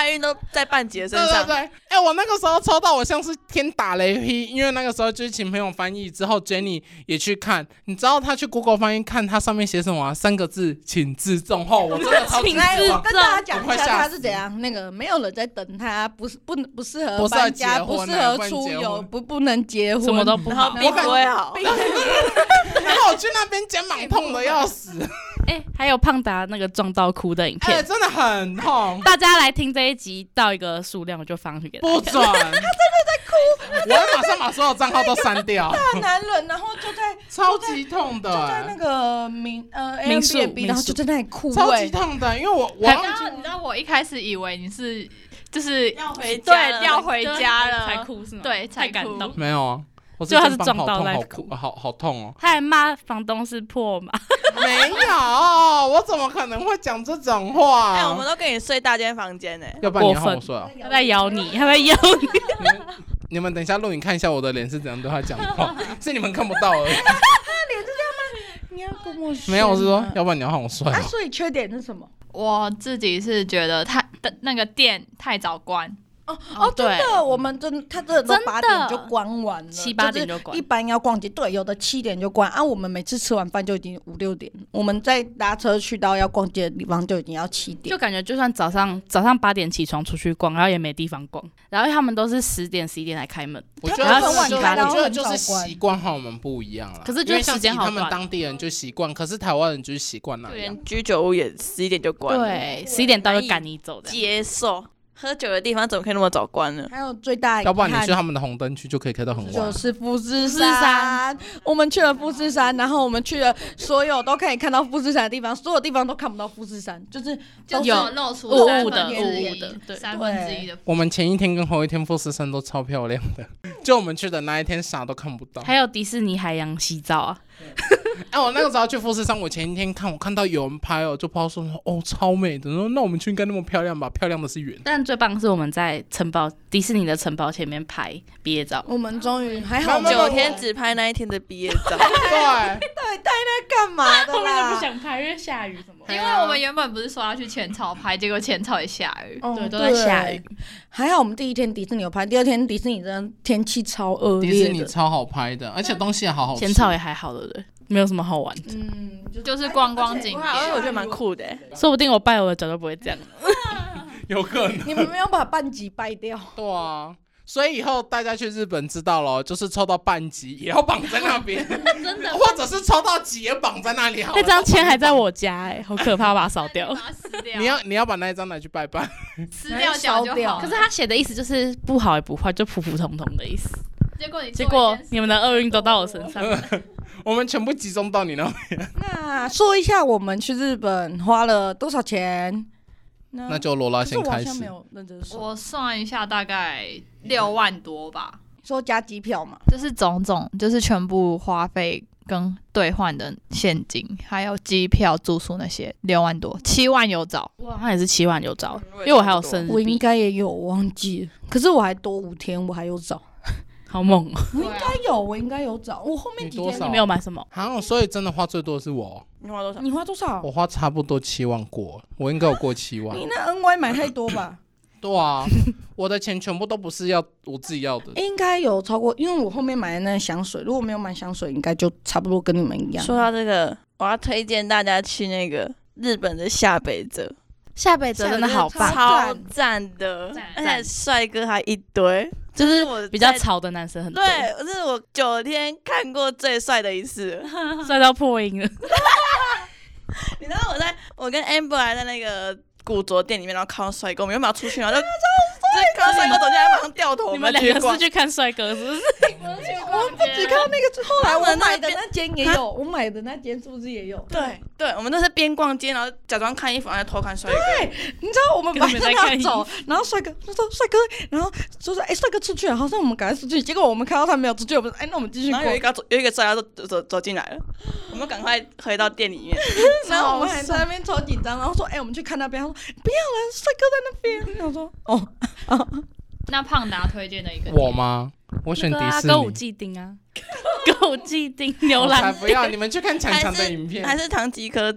大运都在半吉的身上。 对对对，我那个时候抽到我像是天打雷劈，因为那个时候就是请朋友翻译之后 ，Jenny 也去看，你知道他去 Google 翻译看它上面写什么啊？3个字，请自重后，我真的超级来，我跟大家讲一下我快吓死他是怎样，那个没有人在等他，不适合不适合搬家， 结婚不适合出游，不能结婚， 什么都不好。 并不会好。 然后我去那边肩膀痛的要死， 还有胖达那个撞到哭的影片， 真的很痛。 大家来听这一集到一个数量，我就放去给大家。 不准！他真的在哭，我要马上把所有账号都删掉。 大男人，然后就在超级痛的， 就在那个民宿 Airbnb，然后就在那里哭， 超级痛的，因为我然后你知道我一开始以为你是就是要回家对了要回家了才哭是吗？ 对太感动。 没有啊，我就他是肩膀撞到在好哭痛，好痛哦。 他还骂房东是破嘛？ 没有，我怎么可能会讲这种话？ 我们都跟你睡大间房间呢。 要不然你要和我睡啊？ 他在咬你，他在咬你。 你们等一下录影看一下我的脸是怎样对他讲话，是你们看不到而已。 你要跟我说没有，我是说，要不然你要和我睡。 所以缺点是什么？ 我自己是觉得那个店太早关。 真的，我们他真的都真的 8点就关完了 ，7、8点就关。 一般要逛街，对，有的7点就关啊。我们每次吃完饭就已经5、6点，我们再搭车去到要逛街的地方就已经要7点。 就感觉就算早上8点起床出去逛，然后也没地方逛，然后他们都是10点、11点才开门。 我觉然后得 7、8点我觉得就是习惯和我们不一样了。 可是就是时间好他们短当地人就习惯，可是台湾人就是习惯那样。 连居酒屋也11点就关了。 对，11点到就赶你走的。 接受。喝酒的地方怎么可以那么早关呢？ 还有最大， 要不然你去他们的红灯区就可以开到很晚。 就是富士山，我们去了富士山，然后我们去了所有都可以看到富士山的地方，所有地方都看不到富士山，就是有露出雾 3 雾的， 分之雾雾一的，对， 1/3的。 我们前一天跟后一天富士山都超漂亮的，就我们去的那一天啥都看不到。 还有迪士尼海洋洗澡啊。 我那个时候去富士山，我前一天我看到有人拍就不知道说超美的，那我们去应该那么漂亮吧？漂亮的是远。 但最棒的是我们在迪士尼的城堡前面拍毕业照。 我们终于还好 ，9天只拍那一天的毕业照。 对， 到底带那干嘛的后面啦？ 就不想拍，因为下雨什么。 因为我们原本不是说要去浅草拍，结果浅草也下雨。 对，都在下雨。 还好我们第一天迪士尼有拍，第二天迪士尼真的天气超恶劣的。 迪士尼超好拍的，而且东西也好好吃。 浅草也还好，对不对？没有什么好玩的。 就是观光景点。 我觉得蛮酷的。 说不定我拜我的脚就不会这样。 有可能。 你们没有把半级掰掉。 对啊。所以以后大家去日本知道了，就是抽到半级也要绑在那边，真的，或者是抽到级也绑在那里好了。 那张签还在我家好可怕，把它烧掉。 你要把那一张拿去拜拜， 撕掉脚就好。 可是他写的意思就是不好也不坏，就普普通通的意思。 结果你们的厄运都到我身上了。 我们全部集中到你那边。 那说一下我们去日本花了多少钱？ 那就罗拉先开始。 我算一下，大概6万多吧。 说加机票嘛， 就是种种，就是全部花费跟兑换的现金，还有机票、住宿那些，6万多，7万有找。 我好像也是7万有找，因为我还有生日币。 我应该也有，我忘记了。可是我还多5天，我还有找。 好猛哦！ 我应该有找。我后面几天你没有买什么？ 所以真的花最多的是我。 你花多少？ 你花多少？ 我花差不多7万过，我应该有过7万。 你那 NY 买太多吧？ 对啊，我的钱全部都不是我自己要的。 应该有超过，因为我后面买的那香水，如果没有买香水，应该就差不多跟你们一样。 说到这个，我要推荐大家去那个日本的下北泽。 下北泽真的好棒， 超赞的，而且帅哥还一堆， 就是比较吵的男生很多。 对，这是我9天看过最帅的一次， 帅到破音了。 你知道我跟 Amber 还在那个古着店里面，然后看到帅哥，我们原本要出去，然后就看到帅哥走进来，马上掉头。 你们2个是去看帅哥是不是？ 我们只看到那个，后来我买的那间也有，我买的那间是不是也有？ 对，我们都是边逛街，然后假装看衣服，然后偷看帅哥。 对，你知道我们本来要走，然后帅哥就说帅哥，然后就说帅哥出去了，好像我们赶快出去，结果我们看到他没有出去，我们说那我们继续逛。 然后有一个帅哥走进来了，我们赶快回到店里面， 然后我们还在那边超紧张，然后说我们去看那边，他说不要了，帅哥在那边。我说那胖达推荐的一个我吗？我选迪士尼。 歌舞伎町啊，歌舞伎町牛郎。 才不要！你们去看强强的影片。 还是唐吉诃德。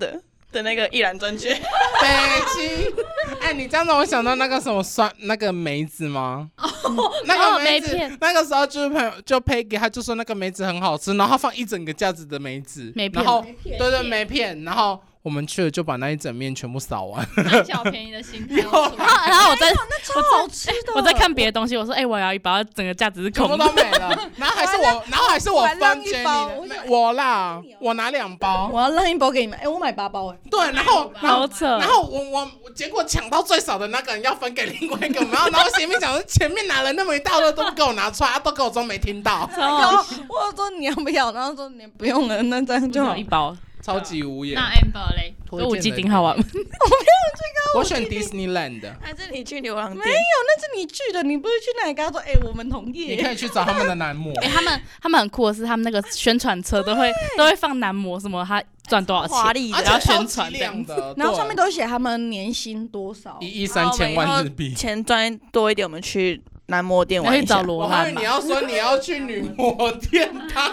的那个一览专区。 北京，哎，你这样让我想到那个什么酸那个梅子吗？那个梅子，那个时候就Peggy，他就说那个梅子很好吃，然后他放一整个架子的梅子，然后对梅片，然后我们去了就把那一整面全部扫完， 贪小便宜的心态。 然后我在看别的东西，我说我要一包，整个架子是空的， 全部都没了。然后还是我分 Jenny 的，我啦，我拿2包， 我要让一包给你们。我买8包对，然后好扯， 然后我结果抢到最少的那个人要分给另外一个，然后前面讲说前面拿了那么一大堆都不给我拿出来，都给我装没听到。 我说你要不要，然后说你不用了，那这样就好一包。 超级无言。 那 Amber 嘞？ 五 G 顶好玩吗？ 我选 Disneyland。 还是你去牛郎店？ 没有，那是你去的，你不是去那里跟他说，我们同意。 你可以去找他们的男模。 他们很酷的是，他们那个宣传车都会放男模什么，他赚多少钱， 华丽的， 然后宣传的， 然后上面都写他们年薪多少 ，1亿3千万日币。 钱赚多一点，我们去男模店玩一下。 我还以为你要说你要去女模店当。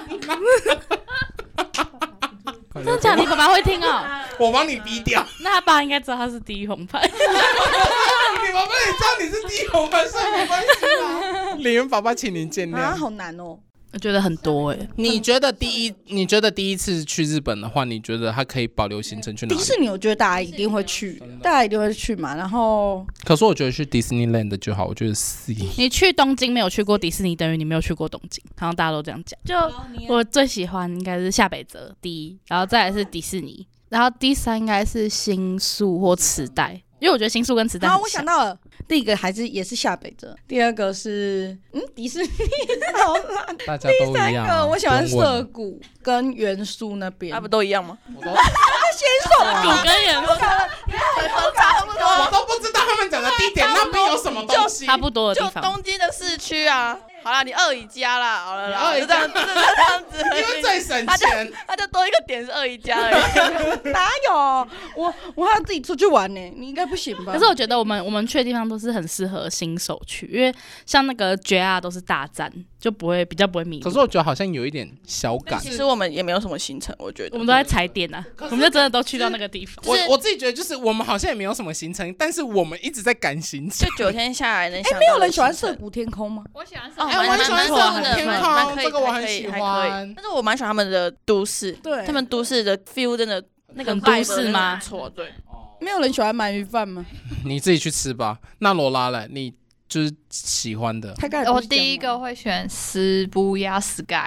真的假的？你爸爸会听哦？ 我帮你逼掉。 那他爸应该知道他是第一红牌。 你爸爸也知道你是第一红牌，所以没关系啦。李云爸爸，请您见谅。 好难哦。 我觉得很多你觉得第一次去日本的话，你觉得他可以保留行程去哪里？ 迪士尼，我觉得大家一定会去，嘛。然后， 可是我觉得去 Disneyland 就好，我觉得 C。 你去东京没有去过迪士尼，等于你没有去过东京，好像大家都这样讲。就我最喜欢应该是下北泽第一，然后再来是迪士尼，然后第3应该是新宿或池袋。因为我觉得新宿跟池袋很像。 我想到了，第一个也是下北泽，第二个是迪士尼，好烂。 大家都一样。 第3个我喜欢涩谷跟原宿那边， 不都一样吗？ 先涩谷跟原宿差不多， 我都不知道他们讲的地点那边有什么东西。 差不多的地方， 就东京的市区啊。好啦，你2宜家啦，好了啦，就这样子， 因为最省钱， 他就多一个点是2宜家而已。 哪有？我还要自己出去玩呢，你应该不行吧？ 可是我觉得我们去的地方都是很适合新手去，因为像那个 JR 都是大站，就比较不会迷路。 可是我觉得好像有一点小赶。 其实我们也没有什么行程，我觉得我们都在踩点啊，我们就真的都去到那个地方。 我自己觉得就是我们好像也没有什么行程，但是我们一直在赶行程。 就9天下来能想到。 没有人喜欢涩谷天空吗？ 我喜欢涩谷。 我很喜欢涩谷天空，这个我很喜欢。但是我蛮喜欢他们的都市， 对， 他们都市的 feel 真的那个都市吗？ 错，对。 没有人喜欢鳗鱼饭吗？ 你自己去吃吧。那罗拉嘞，你就是喜欢的。 我第一个会选Shibuya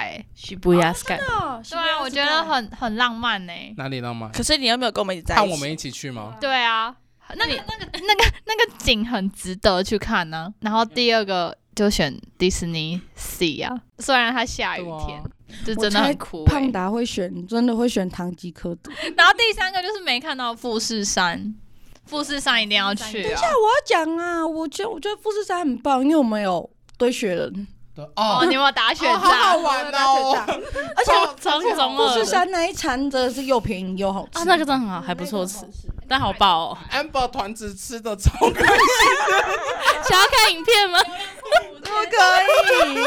Sky。 Shibuya Sky。 对啊，我觉得很浪漫呢。 哪里浪漫？ 可是你有没有跟我们一起在一起？ 看我们一起去吗？ 对啊，那个景很值得去看呢。然后第二个就选迪士尼 Sea 啊，虽然它下雨天，就真的很酷。 胖达真的会选唐吉诃德。 然后第3个就是没看到富士山一定要去。 等一下我要讲啊，我觉得富士山很棒，因为我们有堆雪人。 你有没有打雪仗？ 好好玩哦！ 而且富士山那一餐真的是又便宜又好吃那个真的很好，还不错吃，但好爆哦。 Amber 团子吃的超开心的， 想要看影片吗？ 不可以，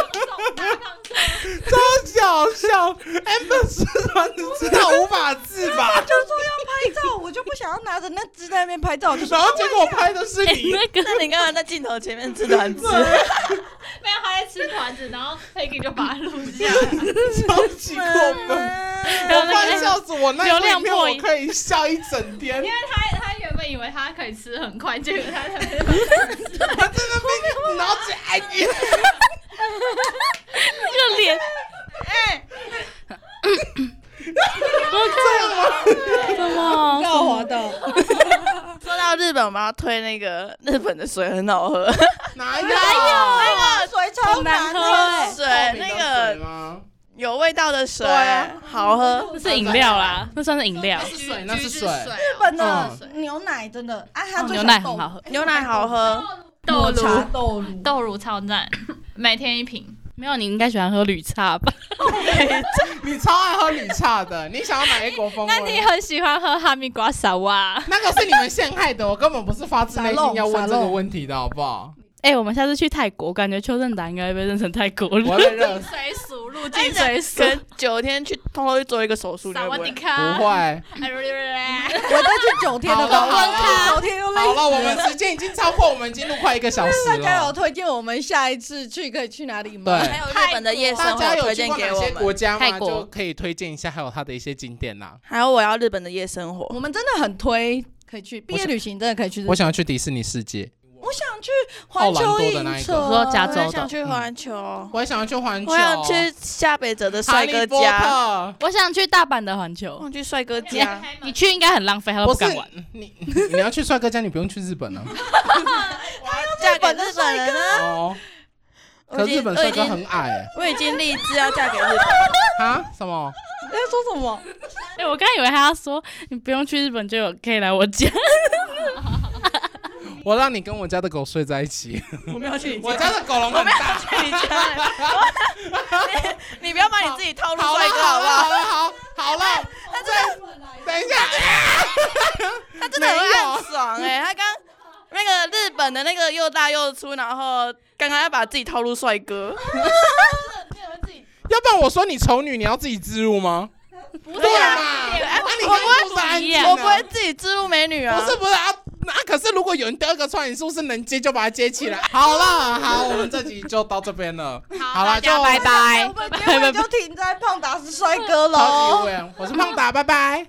超搞笑。Amber 吃团子吃到无法自拔， 就说要拍照，我就不想要拿着那只在那边拍照， 然后结果我拍的是你。 那你刚刚在镜头前面吃团子， 没有他在吃团子，然后 Peggy 就把它录下来， 超级过分。我快笑死我，那一片我可以笑一整天。 因为他原本以为他可以吃很快，结果他在那边， 然后只爱你， 那个脸， 怎么笑滑到？ 说到日本，我们要推那个日本的水很好喝。 哪有？ 那个水超难喝， 水那个有味道的水，好喝。 那是饮料啦，那算是饮料。 那是水。 日本的牛奶真的牛奶很好喝， 牛奶好喝， 豆乳超赞，每天1瓶。 没有，你应该喜欢喝绿茶吧？ 你超爱喝绿茶的，你想要哪一国风味？ 那你很喜欢喝哈密瓜沙瓦？ 那个是你们陷害的，我根本不是发自内心要问这个问题的，好不好？ 我们下次去泰国，感觉邱正达应该被认成泰国人。 我被热水属路入境随俗可。能9天去偷偷去做一个手术，你萨瓦会不会？ 不迪卡， 会。 我再去9天的好了高温，9天又累好了，我们时间已经超过，我们已经录快1个小时大家有了。 推荐我们下一次去可以去哪里吗？ 对还有日本的夜大生活推家有去过荐给我哪些国们， 家吗？ 泰国就可以推荐一下，还有它的一些景点啦。 还有我要日本的夜生活。 我们真的很推，可以去毕业旅行，真的可以去日本。 我想要去迪士尼世界， 我想去环球影你城， 说加州的我也想去环球， 我也想要去环球， 我想去夏北泽的帅哥哈利波家， 特。 我想去大阪的环我球， 想去帅哥家。 你去应该很浪费，他都不是不敢玩。 你要去帅哥家，你不用去日本啊。 嫁给日本人啊！ 哦， 我已经可日本帅哥很矮欸我已经立志要嫁给日本。 啊？什么？ 你在说什么？ 哎，我刚以为他要说你不用去日本就有可以来我家。 我让你跟我家的狗睡在一起。 我没有去你我家的狗笼很大。 去你家。你不要把你自己套路好了帅哥好不好？ 好了，等一下， 他真的很暗爽哎，他刚那个日本的那个又大又粗，然后刚刚要把自己套路帅哥。 要不然我说你丑女，你要自己置入吗？ 不对嘛？那你可以不安静啊我不会自己置入美女啊。 不是啊，可是如果有人丢一个串，你是不是能接就把它接起来？好了，好，我们这集就到这边了。好了，就拜拜我。们今天就停在胖达是帅哥超级无喽。 缘，我是胖达，拜拜。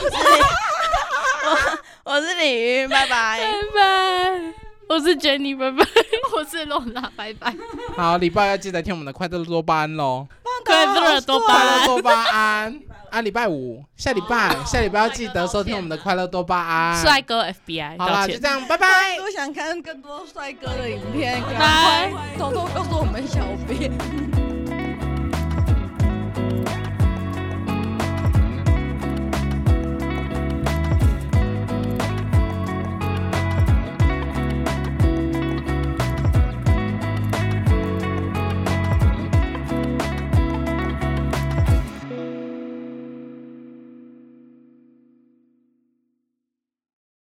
我是李云，拜拜。 拜拜，我是 Jenny，拜拜。 我是露娜，拜拜。 好，礼拜要记得听我们的快乐多巴胺喽， 快乐多巴快乐胺， 多巴胺啊！礼拜5，下礼拜要记得收听我们的快乐多巴胺。 帅哥 FBI， 好啦，就道歉这。样，拜拜。 如果想看更多帅哥的影片，赶拜快偷偷告诉我们小编。